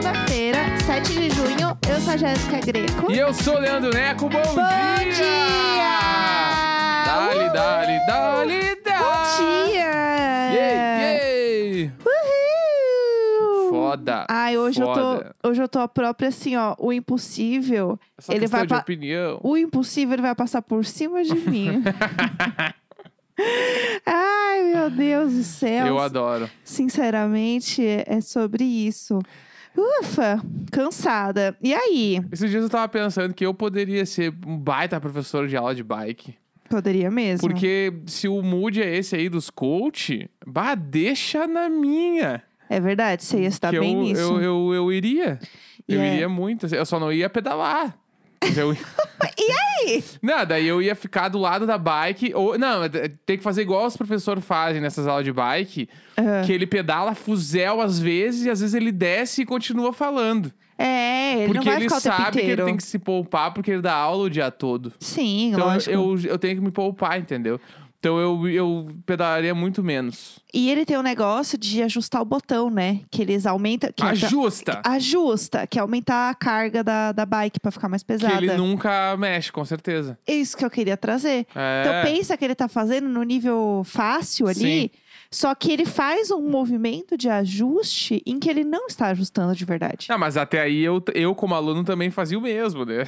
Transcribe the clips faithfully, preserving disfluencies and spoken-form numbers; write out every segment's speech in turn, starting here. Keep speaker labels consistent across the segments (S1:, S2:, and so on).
S1: segunda-feira, sete de junho. Eu sou a Jéssica Greco.
S2: E eu sou o Leandro Neco. Bom,
S1: Bom
S2: dia!
S1: dia!
S2: Dali,
S1: Uhul!
S2: dali, dali, dali!
S1: Bom dia!
S2: Yay, yay!
S1: Uhul!
S2: Foda.
S1: Ai, hoje eu,
S2: foda.
S1: tô, hoje eu tô a própria assim, ó. O impossível.
S2: Essa
S1: ele
S2: questão
S1: vai
S2: de
S1: pa-
S2: opinião.
S1: O impossível ele vai passar por cima de mim. Ai, meu Deus do céu.
S2: Eu adoro.
S1: Sinceramente, é sobre isso. Ufa, cansada. E aí?
S2: Esses dias eu tava pensando que eu poderia ser um baita professor de aula de bike.
S1: Poderia mesmo.
S2: Porque se o mood é esse aí dos coach, bah, deixa na minha.
S1: É verdade, você ia estar
S2: que
S1: bem
S2: eu,
S1: nisso.
S2: Eu, eu, eu iria.
S1: E
S2: eu
S1: é-
S2: iria muito. Eu só não ia pedalar. Mas eu...
S1: E aí?
S2: Não, daí eu ia ficar do lado da bike. Ou, não, tem que fazer igual os professores fazem nessas aulas de bike.
S1: Aham.
S2: Que ele pedala fuzel às vezes e às vezes ele desce e continua falando.
S1: É, ele
S2: porque
S1: não vai
S2: ele
S1: ficar o tempo
S2: sabe que
S1: inteiro.
S2: ele tem que se poupar porque ele dá aula o dia todo.
S1: Sim,
S2: Então
S1: lógico.
S2: eu, eu tenho que me poupar, entendeu? Então eu, eu pedalaria muito menos.
S1: E ele tem um negócio de ajustar o botão, né? Que eles aumentam... Que
S2: Ajusta!
S1: Ajusta, que é aumentar a carga da, da bike pra ficar mais
S2: Que
S1: pesada.
S2: ele nunca mexe, com certeza.
S1: É isso que eu queria trazer.
S2: É.
S1: Então pensa que ele tá fazendo no nível fácil ali,
S2: Sim.
S1: só que ele faz um movimento de ajuste em que ele não está ajustando de verdade.
S2: Ah, mas até aí eu, eu como aluno também fazia o mesmo, né?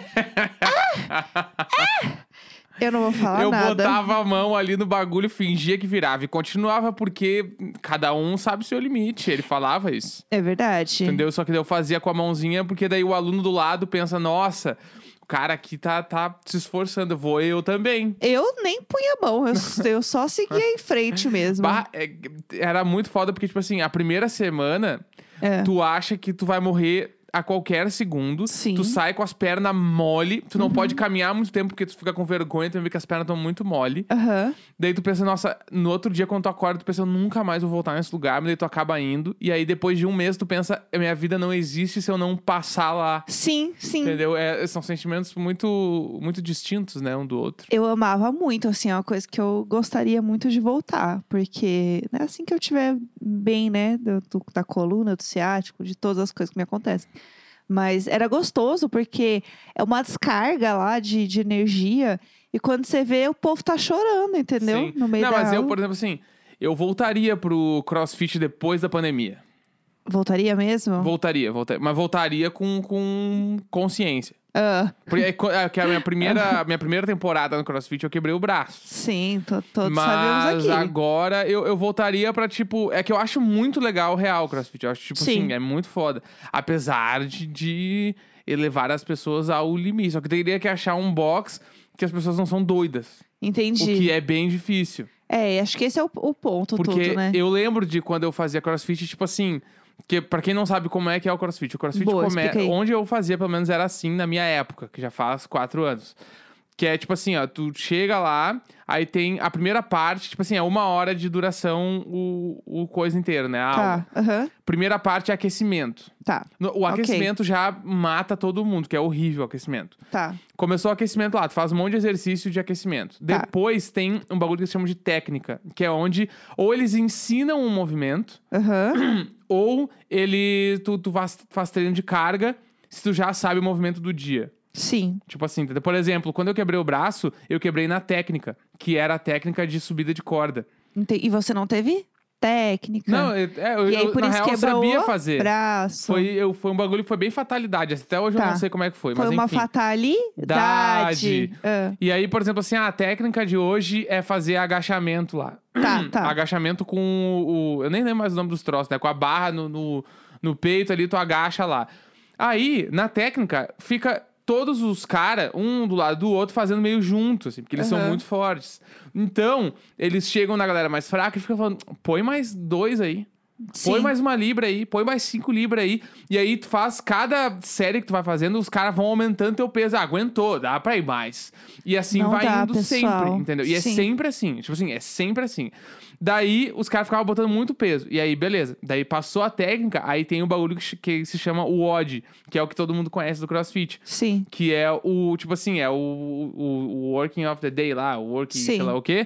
S1: Eu não vou falar
S2: eu
S1: nada.
S2: botava a mão ali no bagulho, fingia que virava. E continuava porque cada um sabe o seu limite. Ele falava isso.
S1: É verdade.
S2: Entendeu? Só que daí eu fazia com a mãozinha, porque daí o aluno do lado pensa, nossa, o cara aqui tá, tá se esforçando, vou eu também.
S1: Eu nem punha a mão, eu, eu só seguia em frente mesmo.
S2: Bah, é, era muito foda, porque, tipo assim, a primeira semana,
S1: É.
S2: tu acha que tu vai morrer a qualquer segundo.
S1: Sim.
S2: Tu sai com as pernas mole. Tu não pode caminhar muito tempo, porque tu fica com vergonha, tu vê que as pernas estão muito mole.
S1: Aham.
S2: Daí tu pensa, nossa, no outro dia quando tu acorda, tu pensa, eu nunca mais vou voltar nesse lugar. Mas daí tu acaba indo. E aí depois de um mês tu pensa, minha vida não existe se eu não passar lá.
S1: Sim, sim.
S2: Entendeu? É, são sentimentos muito, muito distintos, né, um do outro.
S1: Eu amava muito, assim, é uma coisa que eu gostaria muito de voltar. Porque né, assim que eu estiver bem, né, do, do- da coluna, do ciático, de todas as coisas que me acontecem. Mas era gostoso, porque é uma descarga lá de, de energia. E quando você vê, o povo tá chorando, entendeu?
S2: Sim.
S1: No meio
S2: não,
S1: da
S2: mas eu,
S1: aula.
S2: por exemplo, assim, eu voltaria pro CrossFit depois da pandemia.
S1: Voltaria mesmo?
S2: Voltaria, voltaria. Mas voltaria com, com consciência.
S1: Ah,
S2: Porque é co- é que a minha primeira, a minha primeira temporada no CrossFit eu quebrei o braço.
S1: sim, to- todos
S2: Mas
S1: sabemos aqui.
S2: agora eu, eu voltaria pra, tipo... É que eu acho muito legal o real CrossFit. Eu acho, tipo
S1: Sim.
S2: assim, é muito foda. Apesar de, de elevar as pessoas ao limite. Só que teria que achar um box que as pessoas não são doidas.
S1: Entendi.
S2: O que é bem difícil.
S1: É, acho que esse é o, o ponto
S2: Porque
S1: todo, né?
S2: eu lembro de quando eu fazia CrossFit, tipo assim... Que, pra quem não sabe como é que é o CrossFit. O CrossFit,
S1: Boa,
S2: come...
S1: explica aí.
S2: onde eu fazia, pelo menos era assim na minha época, que já faz quatro anos. Que é tipo assim, ó, tu chega lá, aí tem a primeira parte, tipo assim, é uma hora de duração o, o coisa inteira, né? A aula.
S1: Tá, aham,
S2: Primeira parte é aquecimento.
S1: tá,
S2: No- O
S1: Ok.
S2: aquecimento já mata todo mundo, que é horrível o aquecimento.
S1: tá.
S2: Começou o aquecimento lá, tu faz um monte de exercício de aquecimento.
S1: Tá.
S2: Depois tem um bagulho que eles chamam de técnica, que é onde ou eles ensinam um movimento,
S1: Aham,
S2: ou ele tu, tu faz, faz treino de carga se tu já sabe o movimento do dia.
S1: sim.
S2: Tipo assim, entendeu? Por exemplo, quando eu quebrei o braço, eu quebrei na técnica, que era a técnica de subida de corda.
S1: Ente- E você não teve técnica?
S2: Não, eu, é, eu,
S1: E aí,
S2: eu,
S1: por
S2: na
S1: isso
S2: real, eu
S1: quebrou
S2: sabia
S1: o
S2: fazer.
S1: braço.
S2: Foi, eu, foi um bagulho que foi bem fatalidade. Até hoje eu
S1: Tá.
S2: não sei como é que foi,
S1: Foi
S2: mas
S1: uma
S2: enfim.
S1: fatalidade. Ah,
S2: E aí, por exemplo, assim, ah, a técnica de hoje é fazer agachamento lá.
S1: Tá, tá.
S2: Agachamento com o, o- Eu nem lembro mais o nome dos troços, né? Com a barra no, no, no peito ali, tu agacha lá. Aí, na técnica, fica todos os caras, um do lado do outro, fazendo meio junto, assim, porque eles são
S1: Aham.
S2: muito fortes. Então, eles chegam na galera mais fraca e ficam falando, põe mais dois aí. Põe
S1: sim.
S2: mais uma libra aí, põe mais cinco libras aí. E aí tu faz, cada série que tu vai fazendo, os caras vão aumentando teu peso. Ah, aguentou, dá pra ir mais. E assim
S1: Não
S2: vai
S1: dá,
S2: indo
S1: pessoal.
S2: sempre, entendeu? E é
S1: Sim.
S2: sempre assim, tipo assim, é sempre assim. Daí os caras ficavam botando muito peso. E aí, beleza. Daí passou a técnica, aí tem o bagulho que, ch- que se chama o O D, que é o que todo mundo conhece do CrossFit.
S1: Sim.
S2: Que é o, tipo assim, é o, o, o working of the day lá, o working,
S1: Sim.
S2: sei lá o quê.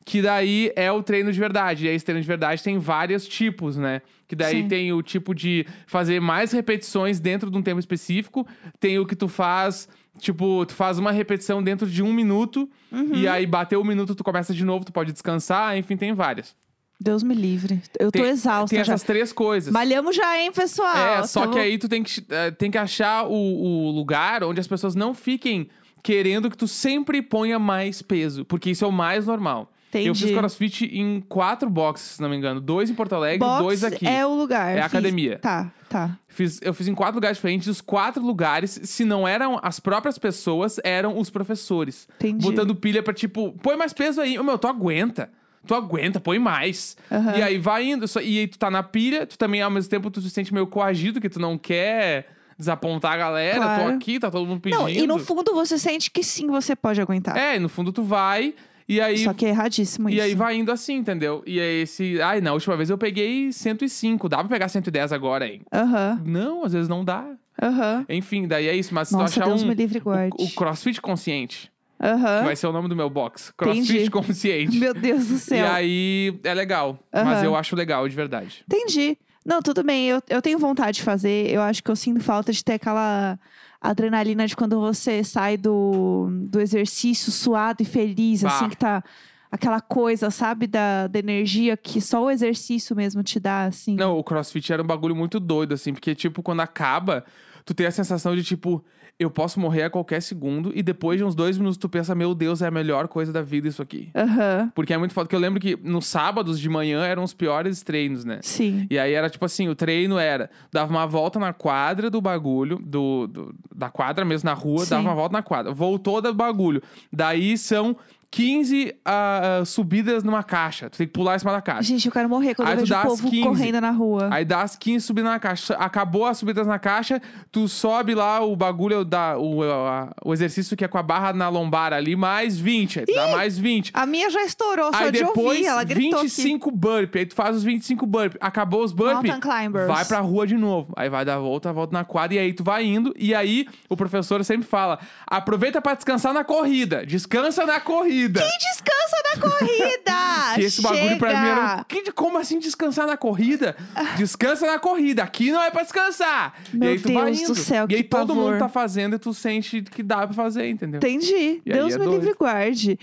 S2: Que daí é o treino de verdade. E aí esse treino de verdade tem vários tipos, né? Que daí
S1: Sim.
S2: tem o tipo de fazer mais repetições dentro de um tempo específico. Tem o que tu faz, tipo, tu faz uma repetição dentro de um minuto.
S1: Uhum.
S2: E aí bateu um minuto, tu começa de novo, tu pode descansar. Enfim, tem várias.
S1: Deus me livre. Eu tô
S2: Tem,
S1: exausta
S2: tem
S1: já.
S2: essas três coisas.
S1: Malhamos já, hein, pessoal?
S2: É, só
S1: Tamo-
S2: que aí tu tem que, eh, tem que achar o, o lugar onde as pessoas não fiquem querendo que tu sempre ponha mais peso. Porque isso é o mais normal.
S1: Entendi.
S2: Eu fiz crossfit em quatro boxes, se não me engano. Dois em Porto Alegre,
S1: Box
S2: dois aqui.
S1: é o lugar.
S2: É a
S1: Fiz-
S2: academia.
S1: Tá, tá.
S2: Fiz, eu fiz em quatro lugares diferentes. Os quatro lugares, se não eram as próprias pessoas, eram os professores.
S1: Entendi.
S2: Botando pilha pra tipo, põe mais peso aí. Ô, meu, tu aguenta. Tu aguenta, põe mais.
S1: Aham.
S2: E aí vai indo. só- E aí tu tá na pilha, tu também, ao mesmo tempo, tu se sente meio coagido, que tu não quer desapontar a galera.
S1: Claro.
S2: Tô aqui, tá todo mundo pedindo.
S1: Não, e no fundo você sente que sim, você pode aguentar.
S2: É, e no fundo tu vai, e aí...
S1: Só que é erradíssimo isso.
S2: E aí vai indo assim, entendeu? E aí esse... Ai, na última vez eu peguei cento e cinco. Dá pra pegar cento e dez agora, hein?
S1: Aham,
S2: Não, às vezes não dá.
S1: aham.
S2: Enfim, daí é isso. Mas se
S1: Nossa,
S2: tu achar
S1: Deus
S2: um...
S1: me livre e guarde.
S2: O, o CrossFit Consciente,
S1: Aham.
S2: que vai ser o nome do meu box. CrossFit
S1: Entendi.
S2: Consciente.
S1: Meu Deus do
S2: E
S1: céu.
S2: aí é legal. Mas
S1: Aham.
S2: eu acho legal, de verdade.
S1: Entendi. Não, tudo bem. Eu, eu tenho vontade de fazer. Eu acho que eu sinto falta de ter aquela adrenalina de quando você sai do, do exercício suado e feliz,
S2: Bah.
S1: assim, que tá aquela coisa, sabe, da, da energia que só o exercício mesmo te dá, assim.
S2: Não, o CrossFit era um bagulho muito doido, assim. Porque, tipo, quando acaba, tu tem a sensação de, tipo... Eu posso morrer a qualquer segundo. E depois de uns dois minutos tu pensa... Meu Deus, é a melhor coisa da vida isso aqui.
S1: Aham.
S2: Porque é muito foda. Porque eu lembro que nos sábados de manhã eram os piores treinos, né?
S1: Sim.
S2: E aí era tipo assim, o treino era... Dava uma volta na quadra do bagulho, do, do- da quadra mesmo, na rua.
S1: Sim.
S2: Dava uma volta na quadra. Voltou do bagulho. Daí são quinze ah, ah, subidas numa caixa. Tu tem que pular em cima da caixa.
S1: Gente, eu quero morrer quando
S2: Aí
S1: eu
S2: tu
S1: vejo
S2: dá
S1: o
S2: as
S1: povo
S2: quinze.
S1: correndo na rua.
S2: Aí dá as quinze subidas na caixa. Acabou as subidas na caixa, tu sobe lá o bagulho, da, o, a- o exercício que é com a barra na lombar ali, mais vinte. Aí tu dá mais vinte.
S1: A minha já estourou, só
S2: Aí
S1: de
S2: depois,
S1: ouvir. Ela gritou
S2: vinte e cinco burpee. Aí tu faz os vinte e cinco burpee. Acabou os burpee,
S1: Mountain climbers.
S2: vai pra rua de novo. Aí vai dar volta, volta na quadra. E aí tu vai indo. E aí o professor sempre fala, aproveita pra descansar na corrida. Descansa na corrida.
S1: aqui. Descansa na corrida!
S2: Que esse bagulho pra mim era... um- Que, como assim descansar na corrida? Descansa na corrida. Aqui não é pra descansar.
S1: Meu
S2: e aí tu vai
S1: Deus do
S2: indo.
S1: céu,
S2: E aí
S1: que
S2: todo
S1: pavor.
S2: mundo tá fazendo e tu sente que dá pra fazer, entendeu?
S1: Entendi.
S2: E aí
S1: Deus
S2: é
S1: me
S2: doido.
S1: livre e guarde.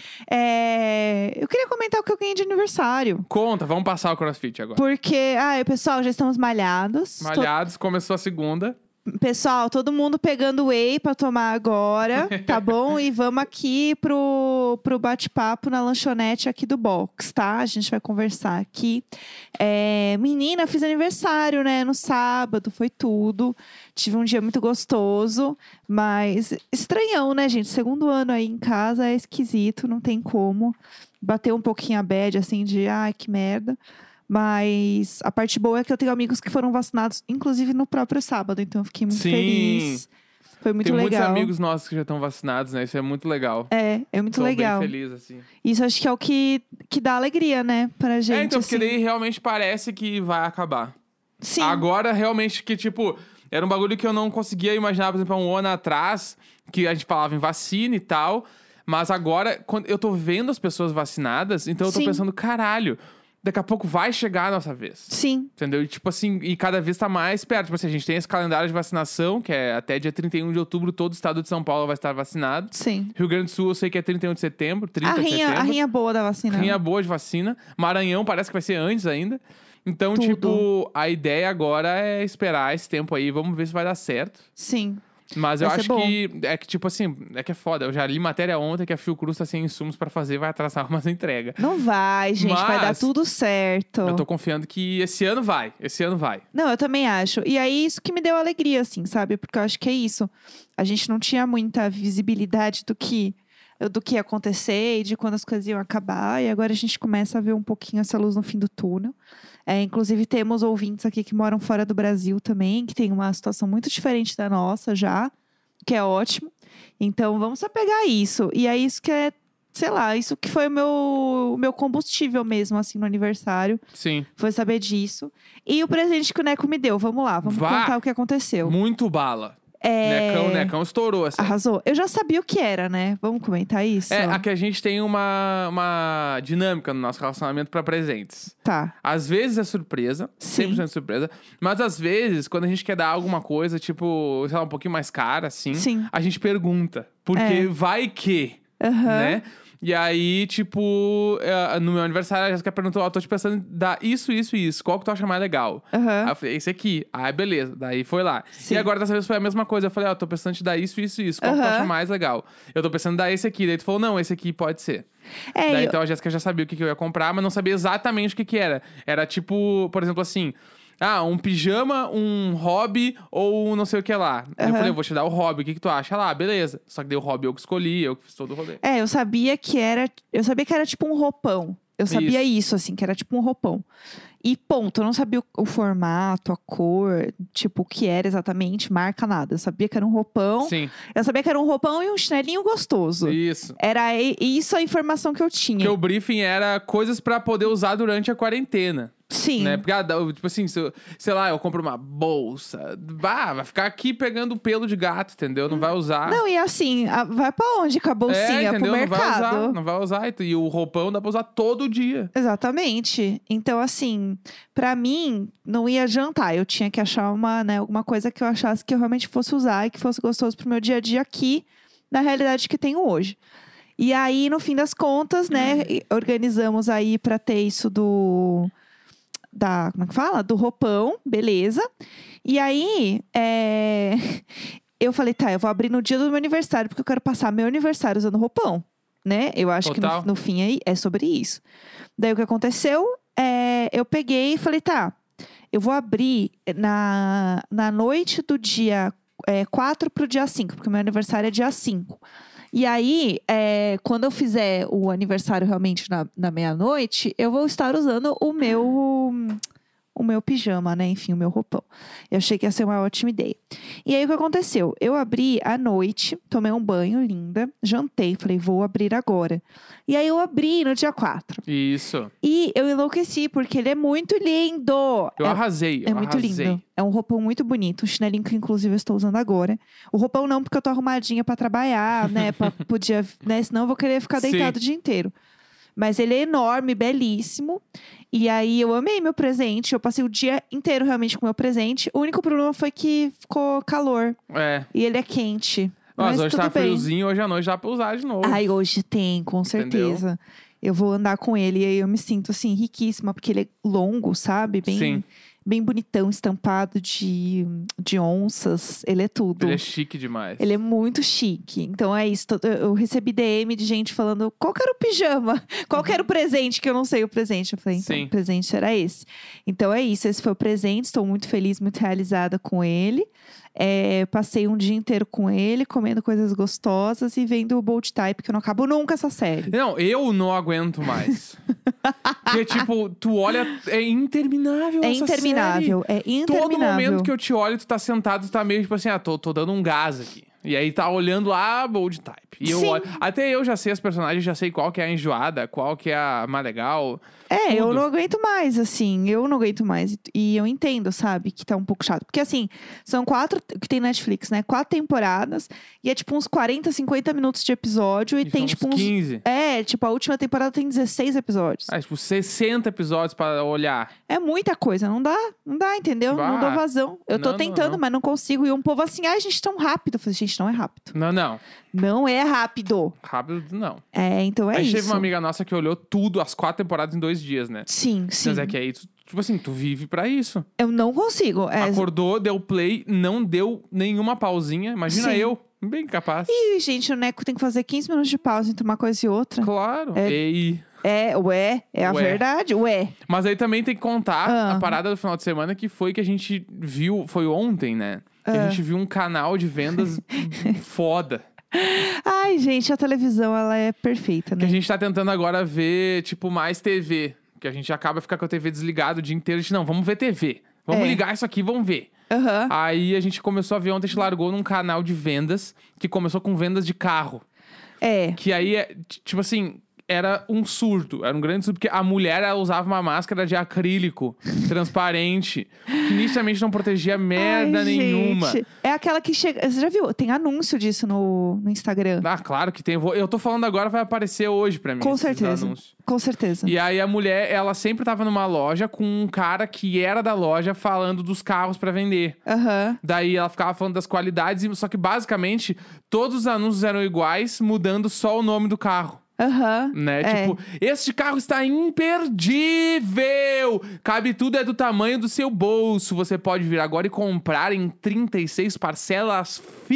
S1: É, Eu queria comentar o que eu ganhei de aniversário.
S2: Conta, vamos passar o CrossFit agora.
S1: Porque, ai, pessoal, já estamos malhados. To-
S2: Malhados, começou a segunda.
S1: Pessoal, todo mundo pegando whey pra tomar agora, tá bom? E vamos aqui pro, pro bate-papo na lanchonete aqui do box, tá? A gente vai conversar aqui. É, menina, fiz aniversário, né? No sábado, foi tudo. Tive um dia muito gostoso, mas estranhão, né, gente? Segundo ano aí em casa é esquisito, não tem como. Bateu um pouquinho a bad, assim, de ai, que merda. Mas a parte boa é que eu tenho amigos que foram vacinados, inclusive no próprio sábado. Então eu fiquei muito
S2: Sim.
S1: feliz. Foi muito
S2: Tem
S1: legal.
S2: muitos amigos nossos que já estão vacinados, né? Isso é muito legal.
S1: É, é muito
S2: Tô
S1: legal.
S2: bem feliz, assim.
S1: Isso acho que é o que, que dá alegria, né, pra gente.
S2: é, então, porque
S1: assim.
S2: daí realmente parece que vai acabar.
S1: Sim.
S2: Agora, realmente, que, tipo... Era um bagulho que eu não conseguia imaginar, por exemplo, há um ano atrás, que a gente falava em vacina e tal. Mas agora, quando eu tô vendo as pessoas vacinadas, então eu tô
S1: Sim.
S2: pensando, caralho, daqui a pouco vai chegar a nossa vez.
S1: Sim.
S2: Entendeu? E, tipo assim, e cada vez tá mais perto. Tipo assim, a gente tem esse calendário de vacinação, que é até dia trinta e um de outubro, todo o estado de São Paulo vai estar vacinado.
S1: Sim.
S2: Rio Grande do Sul, eu sei que é trinta e um de setembro, trinta
S1: A
S2: de
S1: rinha,
S2: setembro.
S1: a rinha boa da vacina.
S2: Rinha boa de vacina. Maranhão parece que vai ser antes ainda. Então,
S1: Tudo.
S2: tipo, a ideia agora é esperar esse tempo aí. Vamos ver se vai dar certo.
S1: Sim.
S2: Mas eu
S1: Vai ser
S2: acho
S1: bom.
S2: que... É que, tipo assim, é que é foda. Eu já li matéria ontem que a Fiocruz tá sem insumos pra fazer. Vai atrasar umas entregas.
S1: Não vai, gente. Vai dar
S2: Mas-
S1: tudo certo.
S2: Eu tô confiando que esse ano vai. Esse ano vai.
S1: Não, eu também acho. E aí, isso que me deu alegria, assim, sabe? Porque eu acho que é isso. A gente não tinha muita visibilidade do que, do que ia acontecer e de quando as coisas iam acabar. E agora a gente começa a ver um pouquinho essa luz no fim do túnel. É, inclusive, temos ouvintes aqui que moram fora do Brasil também, que tem uma situação muito diferente da nossa já, que é ótimo. Então, vamos só pegar isso. E é isso que é, sei lá, isso que foi o meu, o meu combustível mesmo, assim, no aniversário.
S2: Sim.
S1: Foi saber disso. E o presente que o Neco me deu. Vamos lá, vamos
S2: Vá.
S1: contar o que aconteceu.
S2: Muito bala.
S1: É...
S2: Necão, Necão estourou, assim.
S1: Arrasou. Eu já sabia o que era, né? Vamos comentar isso?
S2: É, aqui a gente tem uma, uma dinâmica no nosso relacionamento pra presentes.
S1: Tá.
S2: Às vezes é surpresa,
S1: Sim.
S2: cem por cento surpresa. Mas às vezes, quando a gente quer dar alguma coisa, tipo, sei lá, um pouquinho mais cara, assim,
S1: Sim.
S2: a gente pergunta. Porque
S1: É.
S2: vai que,
S1: Aham.
S2: né? E aí, tipo, eh, no meu aniversário, a Jéssica perguntou, ó, tô te pensando em dar isso, isso e isso. Qual que tu acha mais legal?
S1: Aham.
S2: Aí eu falei, esse aqui. Aí, beleza. Daí foi lá.
S1: Sim.
S2: E agora, dessa vez, foi a mesma coisa. Eu falei, ó, tô pensando em te dar isso, isso e isso. Qual que tu
S1: Aham.
S2: acha mais legal? Eu tô pensando em dar esse aqui. Daí tu falou, não, esse aqui pode ser.
S1: É,
S2: Daí,
S1: eu-
S2: então, a Jéssica já sabia o que, que eu ia comprar, mas não sabia exatamente o que que era. Era tipo, por exemplo, assim... Ah, um pijama, um hobby ou um não sei o que lá. Aí eu
S1: Aham.
S2: falei, eu vou te dar o hobby, o que que tu acha? Lá, beleza. Só que daí o hobby eu que escolhi, eu que fiz todo o rolê.
S1: É, eu sabia que era. Eu sabia que era tipo um roupão. Eu sabia
S2: Isso.
S1: isso, assim, que era tipo um roupão. E ponto, eu não sabia o, o formato, a cor, tipo, o que era exatamente, marca nada. Eu sabia que era um roupão.
S2: Sim,
S1: Eu sabia que era um roupão e um chinelinho gostoso.
S2: isso.
S1: Era e- isso a informação que eu tinha.
S2: Porque o briefing era coisas pra poder usar durante a quarentena.
S1: Sim.
S2: Né? Porque, ah, dá- tipo assim, se eu- sei lá, eu compro uma bolsa. Bah, vai ficar aqui pegando pelo de gato, entendeu? Não vai usar.
S1: Não, e assim, a- vai pra onde com a bolsinha?
S2: é,
S1: Pro
S2: entendeu? Não vai
S1: mercado.
S2: usar. Não vai usar. E tu- E o roupão dá pra usar todo dia.
S1: Exatamente. Então, assim, pra mim, não ia adiantar. Eu tinha que achar uma, né, alguma coisa que eu achasse que eu realmente fosse usar e que fosse gostoso pro meu dia a dia aqui, na realidade que tenho hoje. E aí, no fim das contas, né, e- organizamos aí pra ter isso do. Da. Como é que fala? Do roupão, beleza. E aí, é, eu falei, tá, eu vou abrir no dia do meu aniversário, porque eu quero passar meu aniversário usando roupão. Né? Eu acho
S2: Total.
S1: que no, no fim aí é sobre isso. Daí o que aconteceu? É, eu peguei e falei, tá, eu vou abrir na, na noite do dia é, quatro pro dia cinco, porque meu aniversário é dia cinco. E aí, é, quando eu fizer o aniversário realmente na, na meia-noite, eu vou estar usando o meu. O meu pijama, né? Enfim, o meu roupão. Eu achei que ia ser uma ótima ideia. E aí, o que aconteceu? Eu abri à noite, tomei um banho, linda, jantei, falei, vou abrir agora. E aí, eu abri no dia quatro.
S2: Isso.
S1: E eu enlouqueci, porque ele é muito lindo.
S2: Eu
S1: é,
S2: arrasei.
S1: é
S2: eu
S1: muito
S2: arrasei.
S1: lindo. É um roupão muito bonito. Um chinelinho que, inclusive, eu estou usando agora. O roupão não, porque eu tô arrumadinha pra trabalhar, né? Pra, podia, né? Senão eu vou querer ficar
S2: Sim.
S1: deitado o dia inteiro. Mas ele é enorme, belíssimo. E aí, eu amei meu presente. Eu passei o dia inteiro, realmente, com o meu presente. O único problema foi que ficou calor.
S2: É.
S1: E ele é quente.
S2: Mas
S1: Mas
S2: hoje
S1: tudo
S2: tá
S1: bem.
S2: friozinho, hoje à noite dá pra usar de novo.
S1: Ai, hoje tem, com certeza. Eu vou andar com ele e aí eu me sinto, assim, riquíssima. Porque ele é longo, sabe? Bem,
S2: Sim.
S1: bem bonitão, estampado de, de onças. Ele é tudo.
S2: Ele é chique demais.
S1: Ele é muito chique. Então é isso. tô- Eu recebi D M de gente falando qual que era o pijama, qual que era o presente, que eu não sei o presente. Eu falei, então,
S2: Sim.
S1: o presente será esse. Então é isso. Esse foi o presente. Estou muito feliz, muito realizada com ele. É, passei um dia inteiro com ele, comendo coisas gostosas e vendo o Bold Type, que eu não acabo nunca essa série.
S2: Não, eu não aguento mais. Porque, tipo, tu olha, é interminável
S1: É
S2: essa
S1: interminável. É
S2: série. Todo
S1: interminável.
S2: momento que eu te olho, tu tá sentado, tu tá meio tipo assim, ah, tô, tô dando um gás aqui. E aí tá olhando lá, bold type. E eu
S1: Sim.
S2: olho, até eu já sei as personagens, já sei qual que é a enjoada, qual que é a mais legal.
S1: É, eu
S2: Tudo.
S1: não aguento mais, assim. Eu não aguento mais. E- E eu entendo, sabe, que tá um pouco chato. Porque, assim, são quatro... Que tem Netflix, né? Quatro temporadas. E é, tipo, uns quarenta, cinquenta minutos de episódio. E,
S2: E
S1: tem,
S2: são
S1: tipo,
S2: uns
S1: uns...
S2: quinze.
S1: É, tipo, a última temporada tem dezesseis episódios.
S2: Ah, tipo, sessenta episódios pra olhar.
S1: É muita coisa. Não dá, não dá, entendeu?
S2: Bah.
S1: Não dou vazão. Eu tô
S2: Não, não,
S1: tentando,
S2: não.
S1: mas não consigo. E um povo assim, ai, gente, tão rápido. Eu falei, gente, não é rápido.
S2: Não, não.
S1: Não é rápido.
S2: Rápido, não.
S1: É, então é
S2: a gente
S1: isso.
S2: teve uma amiga nossa que olhou tudo, as quatro temporadas em dois dias, né?
S1: Sim, sim.
S2: Mas é que aí, tu- tipo assim, tu vive pra isso.
S1: Eu não consigo. É...
S2: Acordou, deu play, não deu nenhuma pausinha. Imagina
S1: Sim.
S2: eu, bem capaz.
S1: Ih, gente, o Neco tem que fazer quinze minutos de pausa entre uma coisa e outra.
S2: Claro.
S1: É.
S2: Ei.
S1: É, ué, é a
S2: Ué.
S1: verdade, ué.
S2: Mas aí também tem que contar
S1: Ah.
S2: a parada do final de semana que foi que a gente viu, foi ontem, né? Que
S1: Ah.
S2: a gente viu um canal de vendas foda.
S1: Ai, gente, a televisão, ela é perfeita,
S2: Que
S1: né?
S2: a gente tá tentando agora ver, tipo, mais T V. Que a gente acaba ficar com a T V desligada o dia inteiro. A gente, não, vamos ver T V. Vamos
S1: É.
S2: ligar isso aqui, vamos ver.
S1: Aham.
S2: Aí a gente começou a ver ontem, a gente largou num canal de vendas que começou com vendas de carro.
S1: É,
S2: Que aí é, t- tipo assim, era um surto. Era um grande surto, porque a mulher, ela usava uma máscara de acrílico transparente, que nitidamente não protegia merda
S1: Ai,
S2: nenhuma.
S1: gente. É aquela que chega... Você já viu? Tem anúncio disso no, no Instagram.
S2: Ah, claro que tem. Eu tô falando agora, vai aparecer hoje pra mim.
S1: Com
S2: esses
S1: certeza.
S2: anúncios.
S1: Com certeza.
S2: E aí a mulher, ela sempre tava numa loja com um cara que era da loja falando dos carros pra vender.
S1: Aham.
S2: Daí ela ficava falando das qualidades, só que basicamente todos os anúncios eram iguais, mudando só o nome do carro.
S1: Aham.
S2: Né?
S1: É.
S2: Tipo, este carro está imperdível! Cabe tudo, é do tamanho do seu bolso. Você pode vir agora e comprar em trinta e seis parcelas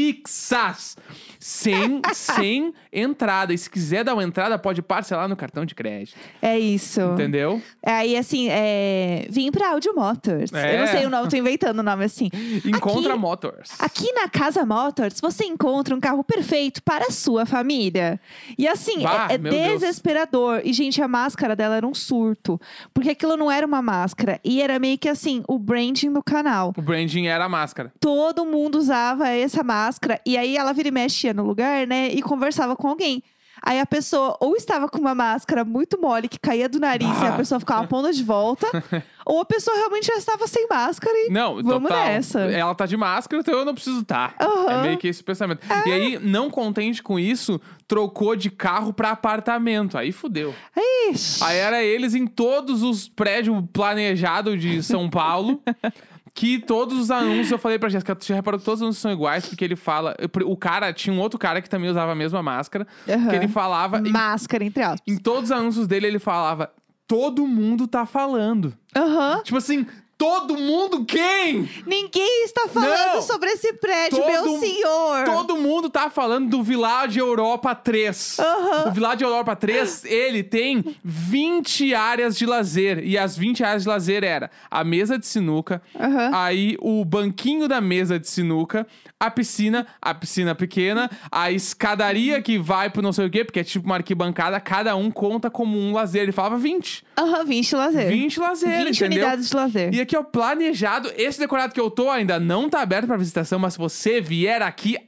S2: fixas. Sem, sem entrada. E se quiser dar uma entrada, pode parcelar no cartão de crédito.
S1: É isso.
S2: Entendeu?
S1: Aí, assim, é... vim pra Audio Motors.
S2: É.
S1: Eu não sei o nome, tô inventando o nome assim.
S2: Encontra
S1: Aqui-
S2: Motors.
S1: Aqui na Casa Motors, você encontra um carro perfeito para a sua família. E assim,
S2: Bah,
S1: é, é
S2: meu Deus.
S1: desesperador. E, gente, a máscara dela era um surto. Porque aquilo não era uma máscara. E era meio que assim, o branding do canal.
S2: O branding era a máscara.
S1: Todo mundo usava essa máscara. E aí ela vira e mexe ia no lugar, né? E conversava com alguém. Aí a pessoa ou estava com uma máscara muito mole que caía do nariz
S2: Ah.
S1: e a pessoa ficava pondo de volta, ou a pessoa realmente já estava sem máscara e
S2: Não,
S1: vamos
S2: total.
S1: nessa.
S2: Ela tá de máscara, então eu não preciso estar.
S1: Aham.
S2: É meio que esse o pensamento. E aí, não contente com isso, trocou de carro pra apartamento. Aí fudeu.
S1: Ixi.
S2: Aí era eles em todos os prédios planejados de São Paulo. Que todos os anúncios, eu falei pra Jéssica, tu já reparou que todos os anúncios são iguais, porque ele fala... O cara, tinha um outro cara que também usava a mesma máscara,
S1: Aham.
S2: que ele falava... Em,
S1: Máscara, entre aspas.
S2: em todos os anúncios dele, ele falava, todo mundo tá falando.
S1: Aham.
S2: Tipo assim, todo mundo quem?
S1: Ninguém está falando
S2: Não.
S1: sobre esse prédio,
S2: Todo-
S1: meu senhor.
S2: Todo mundo tá falando do Village Europa três.
S1: Aham.
S2: O Village Europa três, ele tem vinte áreas de lazer. E as vinte áreas de lazer era a mesa de sinuca,
S1: Aham.
S2: aí o banquinho da mesa de sinuca, a piscina, a piscina pequena, a escadaria que vai pro não sei o quê, porque é tipo uma arquibancada, cada um conta como um lazer. Ele falava vinte.
S1: Aham, vinte lazer.
S2: vinte lazer,
S1: vinte
S2: entendeu?
S1: unidades de lazer.
S2: E aqui, ó, planejado. Esse decorado que eu tô ainda não tá aberto pra visitação, mas se você vier aqui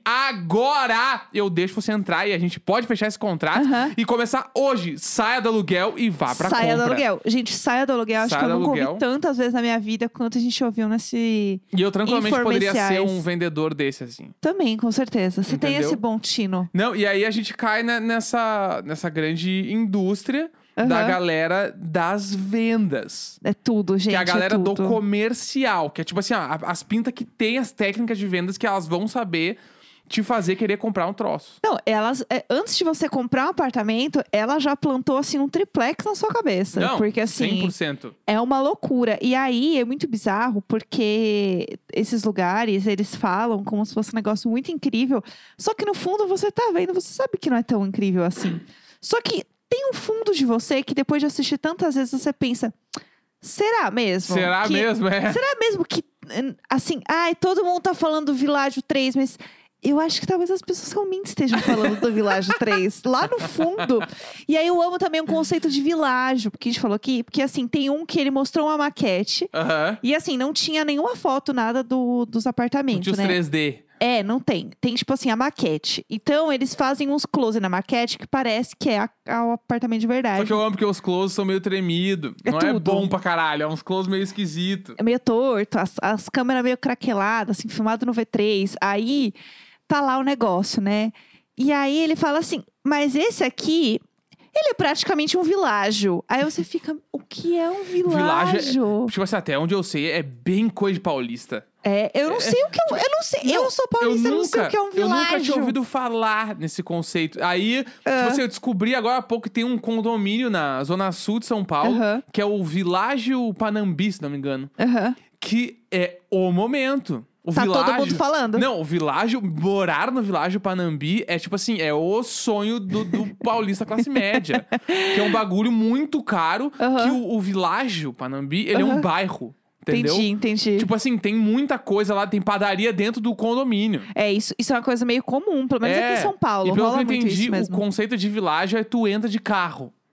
S2: agora, eu deixo você entrar e a gente pode fechar esse contrato
S1: Aham.
S2: e começar hoje. Saia do aluguel e vá pra
S1: Saia
S2: compra.
S1: do aluguel. Gente, saia do aluguel. Acho
S2: Saia
S1: que eu
S2: do
S1: nunca
S2: aluguel.
S1: ouvi tantas vezes na minha vida quanto a gente ouviu nesse...
S2: E eu tranquilamente poderia ser
S1: Informeciais.
S2: um vendedor desse, assim.
S1: Também, com certeza. Você tem
S2: Entendeu?
S1: esse bom tino.
S2: Não, e aí a gente cai ne- nessa, nessa grande indústria da
S1: Aham.
S2: galera das vendas.
S1: É tudo, gente.
S2: Que é a galera
S1: é
S2: do
S1: tudo.
S2: comercial. Que é tipo assim, ó, a- as pintas que tem as técnicas de vendas que elas vão saber te fazer querer comprar um troço.
S1: Não, elas, é, antes de você comprar um apartamento, ela já plantou, assim, um triplex na sua cabeça.
S2: Não,
S1: porque, assim,
S2: cem por cento.
S1: é uma loucura. E aí, é muito bizarro, porque esses lugares, eles falam como se fosse um negócio muito incrível. Só que, no fundo, você tá vendo, você sabe que não é tão incrível assim. Só que tem um fundo de você que, depois de assistir tantas vezes, você pensa... Será mesmo?
S2: Será
S1: que-
S2: mesmo? É.
S1: Será mesmo que, assim... Ai, todo mundo tá falando do Világio três, mas... Eu acho que talvez as pessoas realmente estejam falando do Világio três, lá no fundo. E aí eu amo também o conceito de világio, porque a gente falou aqui, porque assim, tem um que ele mostrou uma maquete,
S2: Aham.
S1: e assim, não tinha nenhuma foto, nada do, dos
S2: Não
S1: apartamentos,
S2: tinha os
S1: né?
S2: três D.
S1: É, não tem. Tem, tipo assim, a maquete. Então, eles fazem uns close na maquete que parece que é a- a- o apartamento de
S2: Só
S1: verdade.
S2: que eu amo porque os closes são meio tremidos.
S1: É
S2: Não é
S1: tudo.
S2: bom pra caralho, é uns closes meio esquisito.
S1: É meio torto, as, as câmeras meio craqueladas, assim, filmado no V três. Aí, tá lá o negócio, né? E aí, ele fala assim, mas esse aqui... Ele é praticamente um világio. Aí você fica, o que é um
S2: Világio
S1: világio?
S2: Tipo assim, até onde eu sei, é bem coisa de paulista.
S1: É, eu não sei o que é um... Eu não sei, eu sou paulista, eu, não sei o que é um
S2: Eu
S1: világio.
S2: nunca tinha ouvido falar nesse conceito. Aí,
S1: Ah.
S2: tipo assim, eu descobri agora há pouco que tem um condomínio na Zona Sul de São Paulo,
S1: Aham.
S2: que é o Világio Panambi, se não me engano.
S1: Aham.
S2: Que é o momento. O
S1: Tá
S2: világio...
S1: todo mundo falando.
S2: Não, o világio, morar no világio Panambi é tipo assim, é o sonho do, do paulista classe média. Que é um bagulho muito caro,
S1: Aham.
S2: que o, o világio Panambi, ele é um
S1: Aham.
S2: bairro. Entendeu?
S1: Entendi, entendi.
S2: Tipo assim, tem muita coisa lá, tem padaria dentro do condomínio.
S1: É, isso, isso é uma coisa meio comum, pelo menos aqui em São Paulo.
S2: E pelo
S1: Rola
S2: que eu
S1: muito
S2: entendi,
S1: isso
S2: o
S1: mesmo.
S2: conceito de világio é tu entra de carro.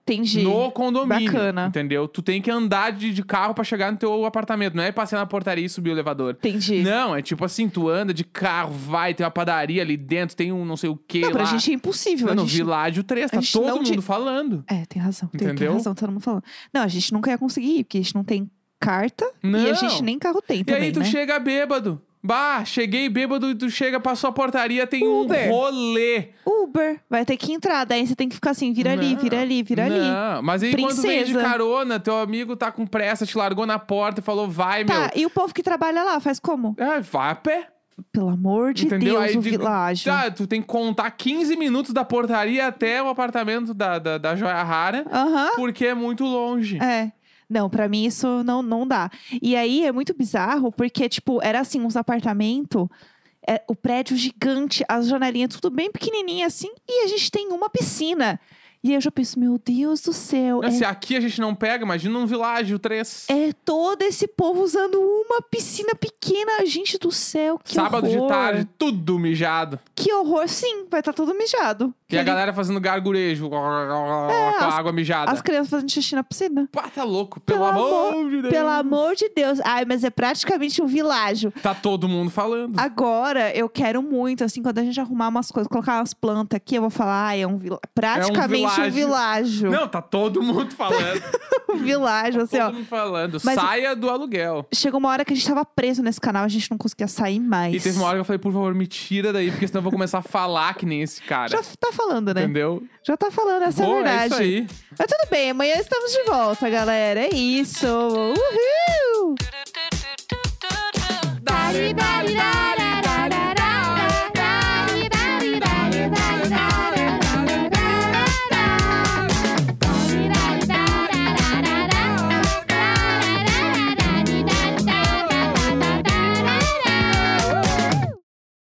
S1: Entendi.
S2: No condomínio.
S1: Bacana.
S2: Entendeu? Tu tem que andar de, de carro pra chegar no teu apartamento. Não é passear na portaria e subir o elevador.
S1: Entendi.
S2: Não, é tipo assim, tu anda de carro, vai, tem uma padaria ali dentro, tem um não sei o quê
S1: Não,
S2: lá.
S1: pra gente é impossível.
S2: Não,
S1: a
S2: no
S1: gente...
S2: Világio três, tá
S1: a gente
S2: todo
S1: não
S2: mundo
S1: tinha-
S2: falando.
S1: É, tem razão. Tem, tem
S2: Entendeu?
S1: razão, todo mundo falando. Não, a gente nunca ia conseguir ir, porque a gente não tem carta
S2: Não.
S1: e a gente nem carro tem
S2: E
S1: também,
S2: aí tu
S1: né?
S2: chega bêbado. Bah, cheguei bêbado e tu chega, passou a portaria, tem
S1: Uber.
S2: um rolê.
S1: Uber, vai ter que entrar, daí você tem que ficar assim, vira ali,
S2: Não,
S1: vira ali, vira ali.
S2: Não, mas aí quando vem de
S1: Princesa.
S2: carona, teu amigo tá com pressa, te largou na porta e falou, vai, meu.
S1: Tá, e o povo que trabalha lá, faz como?
S2: É, vai a pé.
S1: Pelo amor de
S2: Entendeu?
S1: Deus,
S2: Aí
S1: o
S2: de-
S1: Világio.
S2: Tá, tu tem que contar quinze minutos da portaria até o apartamento da, da, da Joia Rara,
S1: Aham,
S2: porque é muito longe.
S1: é. Não, pra mim isso não, não dá. E aí é muito bizarro, porque, tipo, era assim, uns apartamentos, é, o prédio gigante, as janelinhas tudo bem pequenininha assim, e a gente tem uma piscina. E aí eu já penso, meu Deus do céu,
S2: Se aqui a gente não pega, imagina um Világio três.
S1: é, é todo esse povo usando uma piscina pequena. Gente do céu, que
S2: Sábado
S1: horror.
S2: de tarde, tudo mijado.
S1: Que horror, sim, vai estar tudo mijado.
S2: E a
S1: Aquele-
S2: galera fazendo gargurejo com a
S1: É, as-
S2: água mijada.
S1: As crianças fazendo xixi na piscina.
S2: Pá, tá louco, pelo,
S1: Pelo
S2: amor,
S1: amor-
S2: de Deus.
S1: Pelo amor de Deus. Ai, mas é praticamente um világio.
S2: Tá todo mundo falando.
S1: Agora, eu quero muito, assim, quando a gente arrumar umas coisas, colocar umas plantas aqui, eu vou falar, ah, é um vilá... praticamente um
S2: világio.
S1: világio.
S2: Não, tá todo mundo falando.
S1: Um világio, assim, ó.
S2: todo mundo falando.
S1: Mas-
S2: Saia do aluguel.
S1: Chegou uma hora que a gente tava preso nesse canal, a gente não conseguia sair mais.
S2: E teve uma hora que eu falei, por favor, me tira daí, porque senão eu vou começar a falar que nem esse cara.
S1: Já tá falando, né?
S2: Entendeu?
S1: Já tá falando, essa é a
S2: Boa,
S1: verdade.
S2: é isso aí.
S1: Mas tudo bem, amanhã estamos de volta, galera. É isso. Uhul!
S2: Dali, dali, dali.